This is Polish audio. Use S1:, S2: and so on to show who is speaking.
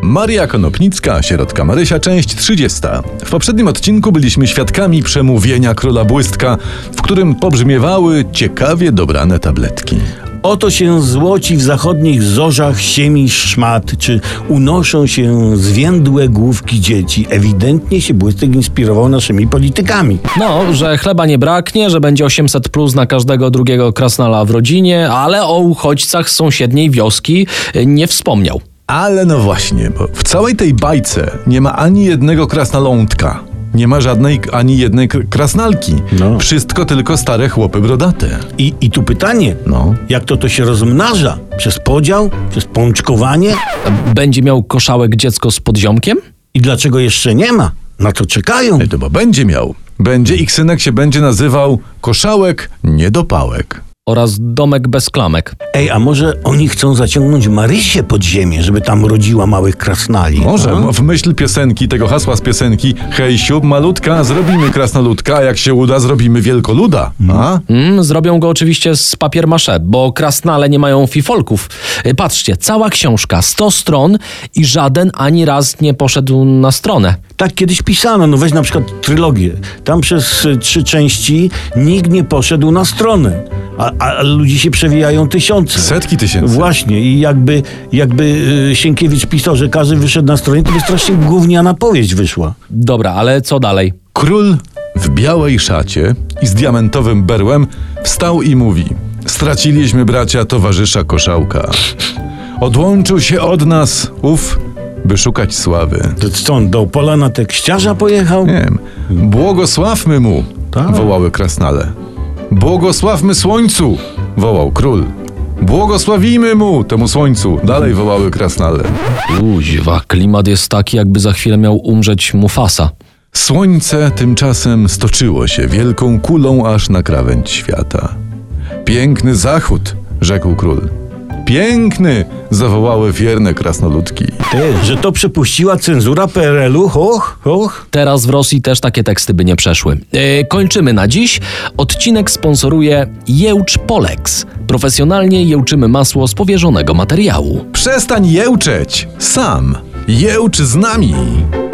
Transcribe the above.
S1: Maria Konopnicka, sierotka Marysia, część 30. W poprzednim odcinku byliśmy świadkami przemówienia króla Błystka, w którym pobrzmiewały ciekawie dobrane tabletki.
S2: Oto się złoci w zachodnich zorzach siemi szmat, czy unoszą się zwiędłe główki dzieci. Ewidentnie się Błystek inspirował naszymi politykami.
S3: No, że chleba nie braknie, że będzie 800+ na każdego drugiego krasnala w rodzinie, ale o uchodźcach z sąsiedniej wioski nie wspomniał.
S1: Ale no właśnie, bo w całej tej bajce nie ma ani jednego krasnalątka. Nie ma żadnej, ani jednej krasnalki.
S2: No.
S1: Wszystko tylko stare chłopy brodate.
S2: I tu pytanie, jak to się rozmnaża? Przez podział? Przez pączkowanie?
S3: Będzie miał koszałek dziecko z podziomkiem?
S2: I dlaczego jeszcze nie ma? Na to czekają.
S1: To bo będzie miał. Będzie ich synek się będzie nazywał Koszałek Niedopałek.
S3: Oraz domek bez klamek.
S2: Ej, a może oni chcą zaciągnąć Marysię pod ziemię, żeby tam rodziła małych krasnali?
S1: Może, w myśl piosenki, tego hasła z piosenki: hej siup malutka, zrobimy krasnoludka, a jak się uda, zrobimy wielkoluda. A?
S3: Zrobią go oczywiście z papier-mâché, bo krasnale nie mają fifolków. Patrzcie, cała książka, 100 stron i żaden ani raz nie poszedł na stronę.
S2: Tak kiedyś pisano, no weź na przykład trylogię. Tam przez 3 części nikt nie poszedł na stronę, a ludzi się przewijają tysiące.
S1: Setki tysięcy.
S2: Właśnie i jakby Sienkiewicz pisał, że każdy wyszedł na stronę, to by strasznie gówniana powieść wyszła.
S3: Dobra, ale co dalej?
S1: Król w białej szacie i z diamentowym berłem wstał i mówi: straciliśmy, bracia, towarzysza Koszałka. Odłączył się od nas by szukać sławy.
S2: To co, on do Opola na tekściarza pojechał?
S1: Nie wiem. Błogosławmy mu,
S2: Tak.
S1: wołały krasnale. Błogosławmy słońcu, wołał król. Błogosławimy mu, temu słońcu, dalej wołały krasnale.
S3: Kuźwa, klimat jest taki, jakby za chwilę miał umrzeć Mufasa.
S1: Słońce tymczasem stoczyło się wielką kulą aż na krawędź świata. Piękny zachód, rzekł król. Piękny, zawołały wierne krasnoludki.
S2: Że to przepuściła cenzura PRL-u? Hoch.
S3: Teraz w Rosji też takie teksty by nie przeszły. Kończymy na dziś. Odcinek sponsoruje Jełcz Polex. Profesjonalnie jełczymy masło z powierzonego materiału.
S1: Przestań jełczeć, sam, jełcz z nami.